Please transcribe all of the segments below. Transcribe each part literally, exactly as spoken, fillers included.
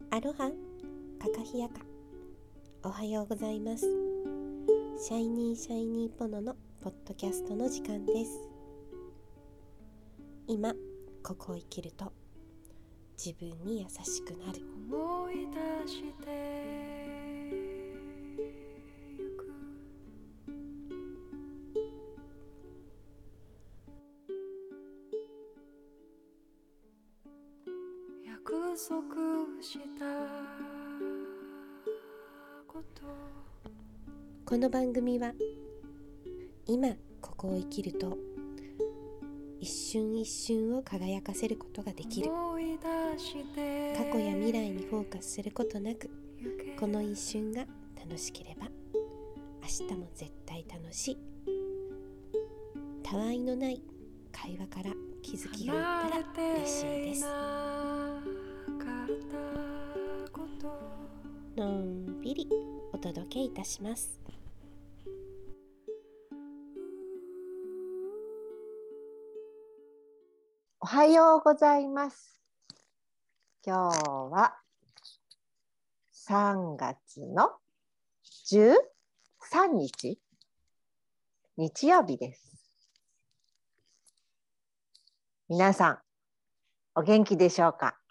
アロハ、カカヒヤカ。おはようございます。シャイニーシャイニーポノのポッドキャストの時間です。今ここを生きると自分に優しくなる。思い出してゆく。約束したこと。この番組は今ここを生きると一瞬一瞬を輝かせることができる。過去や未来にフォーカスすることなく、この一瞬が楽しければ明日も絶対楽しい。たわいのない会話から気づきがあったら嬉しいです。のんびりお届けいたします。 おはようございます。今日はさんがつのじゅうさんにち、日曜日です。皆さん、お元気でしょうか？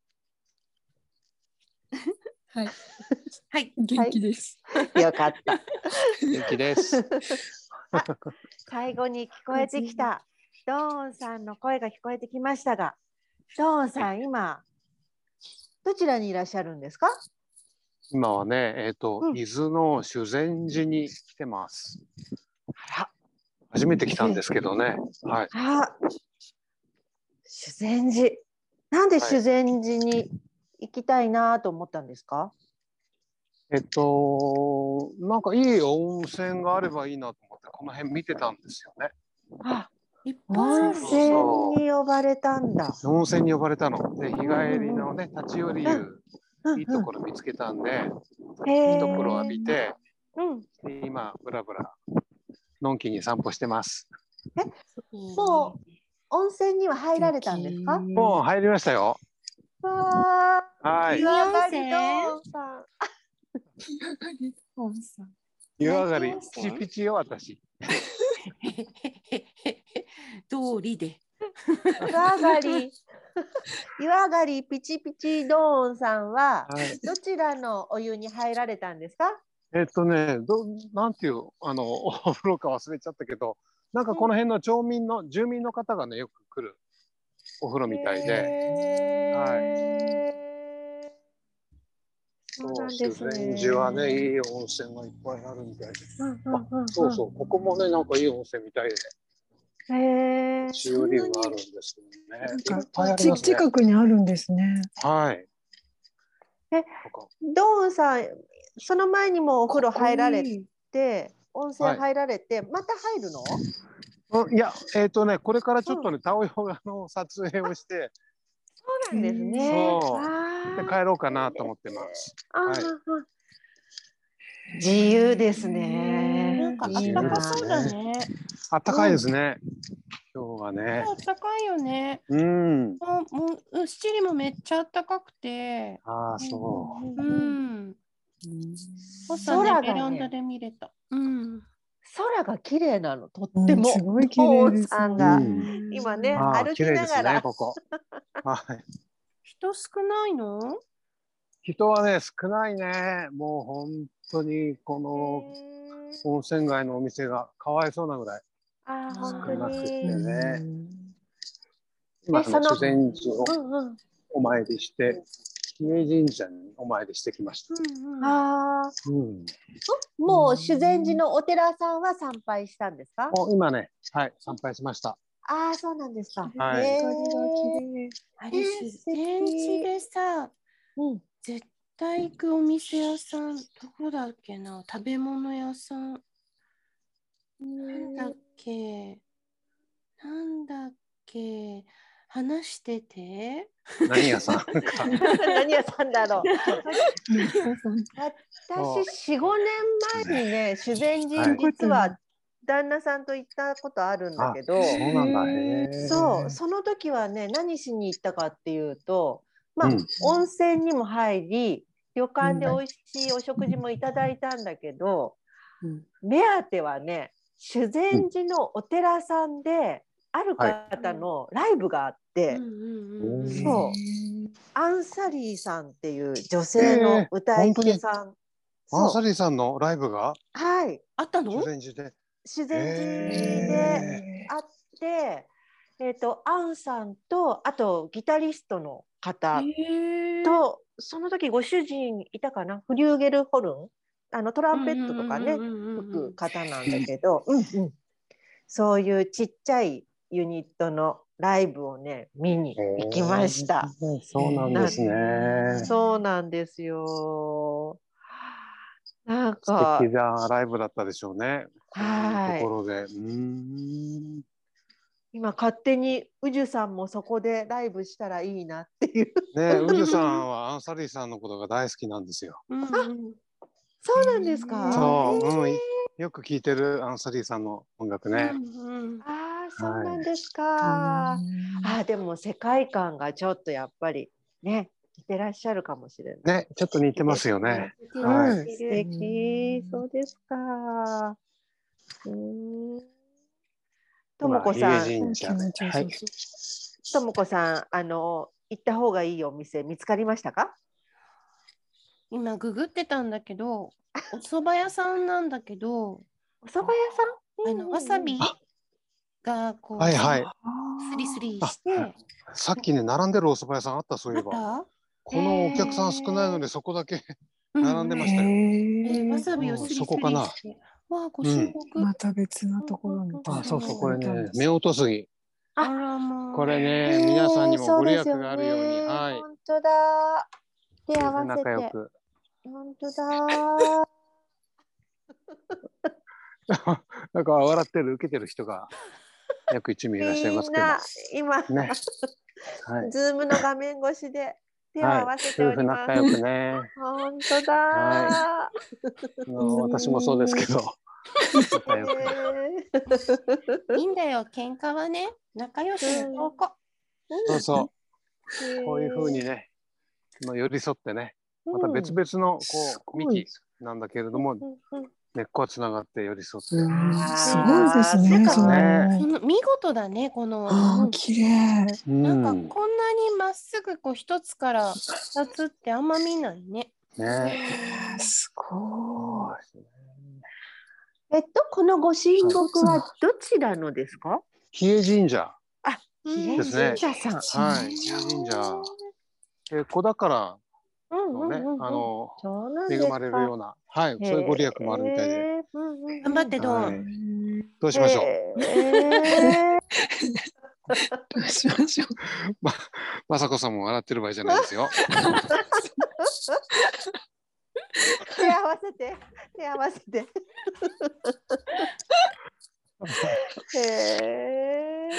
はい、はい、元気です。 はい、よかった。 元気です。 最後に聞こえてきたドーンさんの声が聞こえてきましたが、ドーンさん、今どちらにいらっしゃるんですか？ 今はね、えっと、うん、伊豆の修善寺に来てます。 あら、 初めて来たんですけどね。はい。 あ、修善寺。なんで修善寺に行きたいなと思ったんですか？はい、 えっと、なんかいい温泉があればいいなと思って、この辺見てたんですよね。 あ、温泉に呼ばれたんだ。 温泉に呼ばれたの。で、日帰りのね、立ち寄り湯、うん、いいところ見つけたんで、うん、一風呂浴びて、うん、で今、ぶらぶら、のんきに散歩してます。 え、もう温泉には入られたんですか？ もう入りましたよ。 わー、 はい。 湯上がりドーンさん。 湯上がりドーンさん。 湯上がり、ピチピチよ、私。 通りで。 湯上がり、湯上がりピチピチドーンさんは、はい、どちらのお湯に入られたんですか？ えっとね、どなんていうあのお風呂か忘れちゃったけど、なんかこの辺の町民の、うん、住民の方がねよく来るお風呂みたいで、はい。そうなんですね。修善寺はね、いい温泉がいっぱいあるみたいで。そうそう、ここもね、なんかいい温泉みたいで。 へえ。 立ち寄り湯があるんですけどね。いっぱいありますね。 近くにあるんですね。 はい。 え、ドーンさん、その前にもお風呂入られて、温泉入られて、はい、また入るの？ いや、えっ、ー、とね、これからちょっとね、タオヨガの撮影をして、 そうなんですね。 そうで帰ろうかなと思ってます。はい、 自由ですね。 なんか暖かそうだね。 暖かいですね。今日はね。 暖かいよね。 うん。 もう、もう、七里もめっちゃ暖かくて。 ああ、そう。 うん。朝ね、ベランダで見れた。うん。 空が綺麗なの、とっても。 すごい綺麗です。 さんが今ね、歩きながら。 ここ。はい。 人少ないの？ 人はね、少ないね。もう本当にこの温泉街のお店がかわいそうなぐらい。 あ、本当に。てね。 今、 修善寺をお参りして、比叡神社にお参りしてきました。 ああ。もう修善寺のお寺さんは参拝したんですか？ 今ね、はい、参拝しました。 ああ、そうなんですか。 はい。 あれ、修善寺でさ、うん、絶対行くお店屋さん、どこだっけな、食べ物屋さん。なんだっけ、なんだっけ、話してて。 何屋さん何屋さんだろう。私、よん、ごねんまえにね、修善寺、実は旦那さんと行ったことあるんだけど、 そうなんだ。へそう、その時はね、何しに行ったかっていうと、 まあ、 うん温泉にも入り、旅館で美味しいお食事もいただいたんだけど、 うん目当てはね、修善寺のお寺さんで、ある方のライブがあって、 うんうんうん、 そうアンサリーさんっていう女性の歌い手さん、 アンサそうリーさんのライブがはいあったの？ 修善寺で。 修善寺へであって、えー、とアンさんとあとギタリストの方へーと、その時ご主人いたかな、フリューゲルホルン、あのトランペットとかねうんうんうんうんうん吹く方なんだけど、うんうん、そういうちっちゃいユニットのライブをね見に行きました。 へーそうなんですね。 そうなんですよ。なん素か敵なライブだったでしょうね。こういうところで。うーん。 今勝手に宇治さんもそこでライブしたらいいなっていう。 ね、ウジュさんはアンサリーさんのことが大好きなんですよ。 うんうん、 そうなんですか？ そう、うん、 へーよく聞いてるアンサリーさんの音楽ね。 うんうん、 ああ、そうはいなんですか。あー、でも世界観がちょっとやっぱりね、似てらっしゃるかもしれない。 ね、ちょっと似てますよね。 うはい。 ん、素敵。そうですか。うーん。ともこまあ、 さん、 家神社で。はい。 ともこさん、あの、行った方がいいお店見つかりましたか？ 今ググってたんだけど、お蕎麦屋さんなんだけど、 お蕎麦屋さん？ あのわさびがこうはいはい。 スリスリあしてさっきね、並んでるお蕎麦屋さんあった、そういえば。 あっこのお客さん少ないので、そこだけた？ 並んでましたよ。 えーわさびをうんスリスそこかなリして。わあ、ご神木。 また別なところに。 あ、そうそう、これね、 目夫婦杉。 あらまあ。 これえね、皆さんにもご利益そうですよがあるように、 ね。 はい。 本当だ。手合わせ仲良て。 く。 本当だ。 なんか笑ってる、受けてる人が約一名いらっしゃいますけど。 みんな今、 ね。はい。 ズームの画面越しで手を合はい。 わせてお夫婦ります。 仲良くね。 本当だ。 はあの私もそうですけど。仲良く。 いいんだよ、喧嘩はね、仲良しの証拠。 そうそう。こういう風にね、まあ寄り添ってね、また別々のこう幹なんだけれども、根っこはつながって寄り添って。 すごいですね。その見事だね、この。 ああ、綺麗。 なんかこんなにまっすぐこう一つから二つってあんま見ないね。 ね。 すごい。 えっと、このご神木はどちらのですか？ 比叡神社。 あ、比叡神社さん。 はい、比叡神社。え、子宝のね、あの、恵まれるような、はい、そういうご利益もあるみたいで。 頑張ってどう？ どうしましょう。 どうしましょう。 ま、まさこさんも笑ってる場合じゃないですよ。 手合わせて、手合わせて。へえ。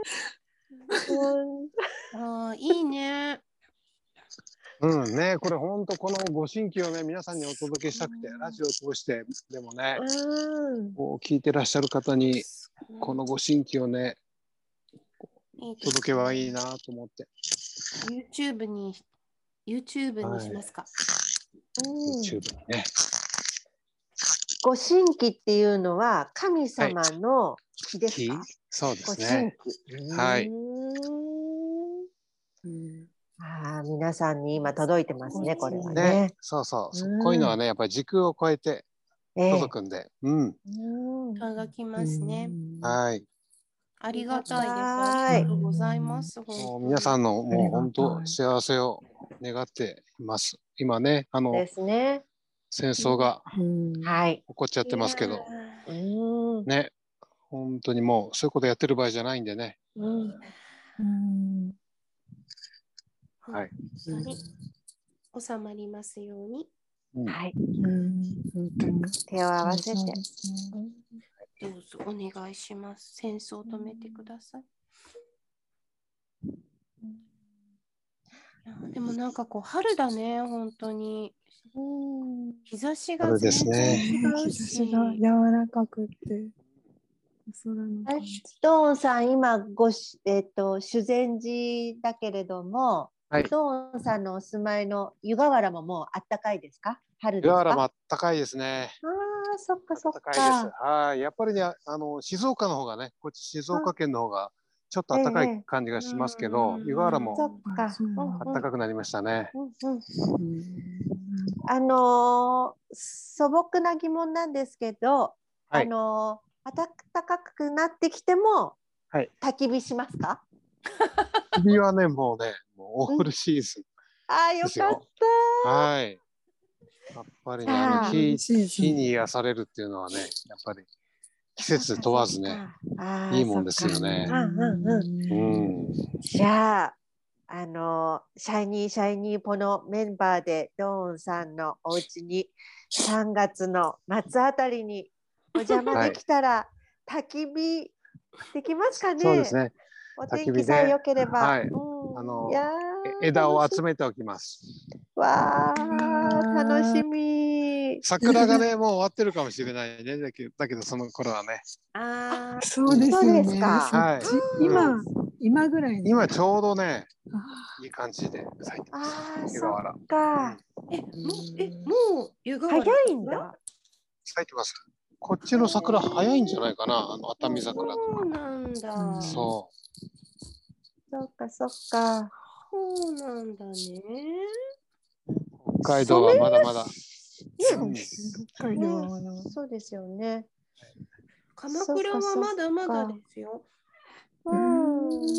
ああ、いいね。 うんね、これ本当このご神器をね、皆さんにお届けしたくて、ラジオを通してでもね、こう聞いてらっしゃる方にこのご神器をね、届けばいいなと思って。 YouTube に YouTube にしますか。 YouTube にね。 ご神器っていうのは神様の木ですか？ そうですね。はい。 ああ、皆さんに今届いてますね、これはね。 ね、そうそう、こういうのはね、やっぱり時空を超えて届くんで、うん。 届きますね。 はい。 ありがたいです。ありがとうございます。 もう皆さんのもう本当幸せを願っています。今ね、あのですね。 戦争がはい起こっちゃってますけど、ね、本当にもうそういうことやってる場合じゃないんでね。はい。 収まりますように。 はい。手を合わせて。 どうぞお願いします。戦争を止めてください。いやでもなんかこう春だね、本当に。日差しが全然違うし、 日差しが柔らかくて。 ストーンさん、今ごし、えっと、修善寺だけれども、 はい。 ドーンさんのお住まいの湯河原ももうあったかいですか？春ですか？ 湯河原もあったかいですね。 ああ、そっかそっか。 暖かいです。はい。やっぱりね、あの静岡の方がね、こっち静岡県の方がちょっと暖かい感じがしますけど、湯河原そもっか。 暖かくなりましたね。 うんうん、あのー、素朴な疑問なんですけど、 はい、 あのー、暖かくなってきても、 はい、 焚き火しますか？ 焚き火はね、もうね、もうオールシーズンああ、よかっですよ。 た。 はい。やっぱりね、あの火、火に癒されるっていうのはね、やっぱり季節問わずね、いいもんですよね。 うんうんうん。じゃあ、あのシャイニーシャイニーポのメンバーでドーンさんのお家にさんがつの末あたりにお邪魔できたら、はい、焚き火できますかね？ そうですね。 お天気さえ良ければ。はい、 うん、あの枝を集めておきます。 わあ、楽しみ。 桜がね、もう終わってるかもしれないね。だけど、だけどその頃はね。 ああ、そうですよね。はい。今、今ぐらい。 今ちょうどね、いい感じで咲いてます。湯河原。 か。 え、もう、え、もう湯河原。 早いんだ。 咲いてます。こっちの桜早いんじゃないかな。あの熱海桜とか。 そうなんだ。 そう。 そっかそっか。 そうなんだね。 北海道はまだまだ。 北海道はまだまだ。そうですよね。 鎌倉はまだまだですよ。 うん。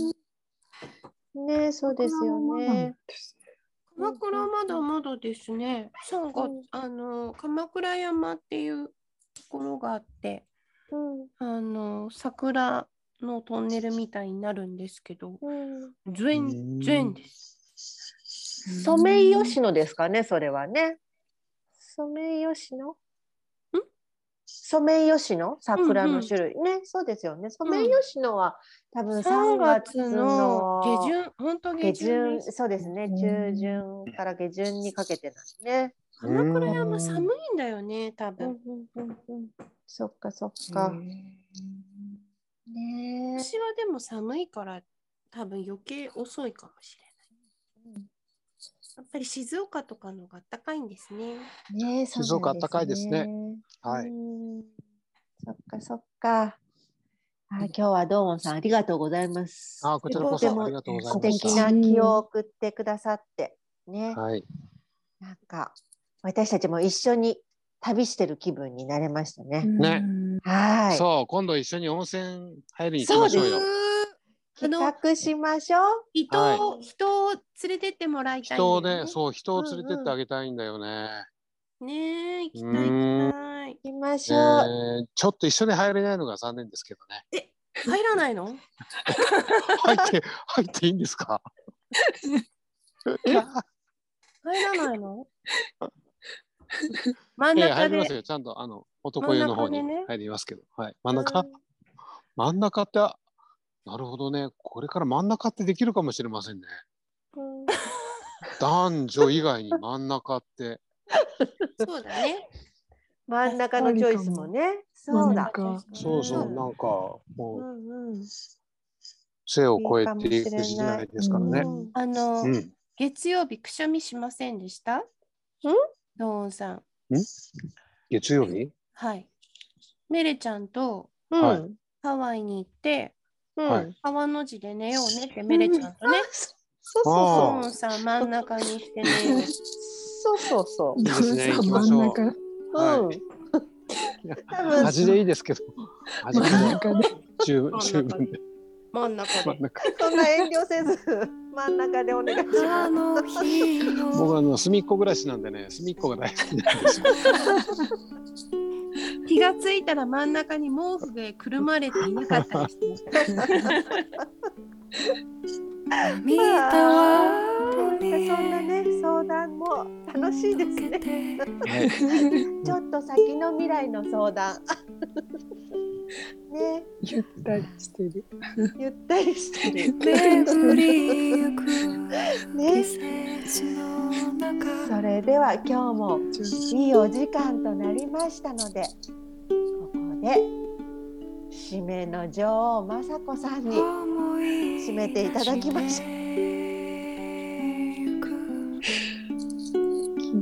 ね、そうですよね。 鎌倉まだまだですね。三月、あの鎌倉山っていうところがあって、うん、あの桜のトンネルみたいになるんですけど、うん、全然です。 ソメイヨシノですかね、それはね。ソメイヨシノ？ソメイヨシノ、桜の種類、うんうん、ね、そうですよね。ソメイヨシノは、うん、多分さんがつの下旬、本当下旬です。 そうですね、中旬から下旬にかけてなんですね。 鎌倉山寒いんだよね、多分。うんうんうんうん、 そっかそっか。ね、 私はでも寒いから多分余計遅いかもしれない。うん、やっぱり静岡とかのが暖かいんですね。 ね、 静岡暖かいですね。はい。 そっかそっか。あ、今日はドーンさんありがとうございます。 あ、こちらこそありがとうございます。 素敵な気を送ってくださってね。 はい。 なんか私たちも一緒に旅してる気分になれましたね。 ね。 はい。 そう、今度一緒に温泉入りに行きましょうよ。 企画しましょう。 人を、はい、人を連れてってもらいたいんだよね。 人をね、そう、人を連れてってあげたいんだよね。 うんうん、ねえ、行きたい行きたい。 行きましょう、 えー。ちょっと一緒に入れないのが残念ですけどね。 え、入らないの？ 入って入っていいんですか？ 入らないの？真ん中で。 入りますよ。ちゃんとあの男湯の方に入りますけど、ね、はい。真ん中、真ん中ってなるほどね。これから真ん中ってできるかもしれませんね。男女以外に真ん中って。 そうだね。 真ん中のチョイスもね。そうだ。 そうそう、なんかもう、うんうん、性を超えていく時代ですからね。 うん、あの、うん、月曜日くしゃみしませんでした？ん？ドーンさん。ん？ 月曜日？ はい。メレちゃんと、 はい、 ハワイに行って、 はい、 川の字で寝ようねってメレちゃんとね。 そうそうそう。 ドーンさん真ん中にして寝よう。 そうそうそう。 いいですね。行きましょう。はい。端でいいですけど。端で十分十分で。 真ん中で。 そんな遠慮せず真ん中でお願いします。 僕はあの隅っこ暮らしなんでね、隅っこが大好きなんですよ。 気がついたら真ん中に毛布でくるまれていなかったりして。 見たわ。そんなね相談も楽しいですね。はい、ちょっと先の未来の相談。ね。 ゆったりしてる。 ゆったりしてる。ね。それでは今日もいいお時間となりましたので、ここで締めの女王雅子さんに締めていただきました。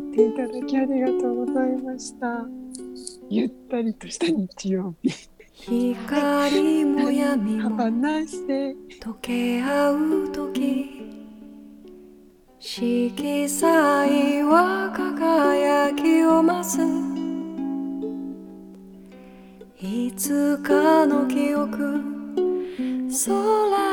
っていただきありがとうございました。ゆったりとした日曜日。 光も闇も溶け合う時、色彩は輝きを増す。いつかの記憶、空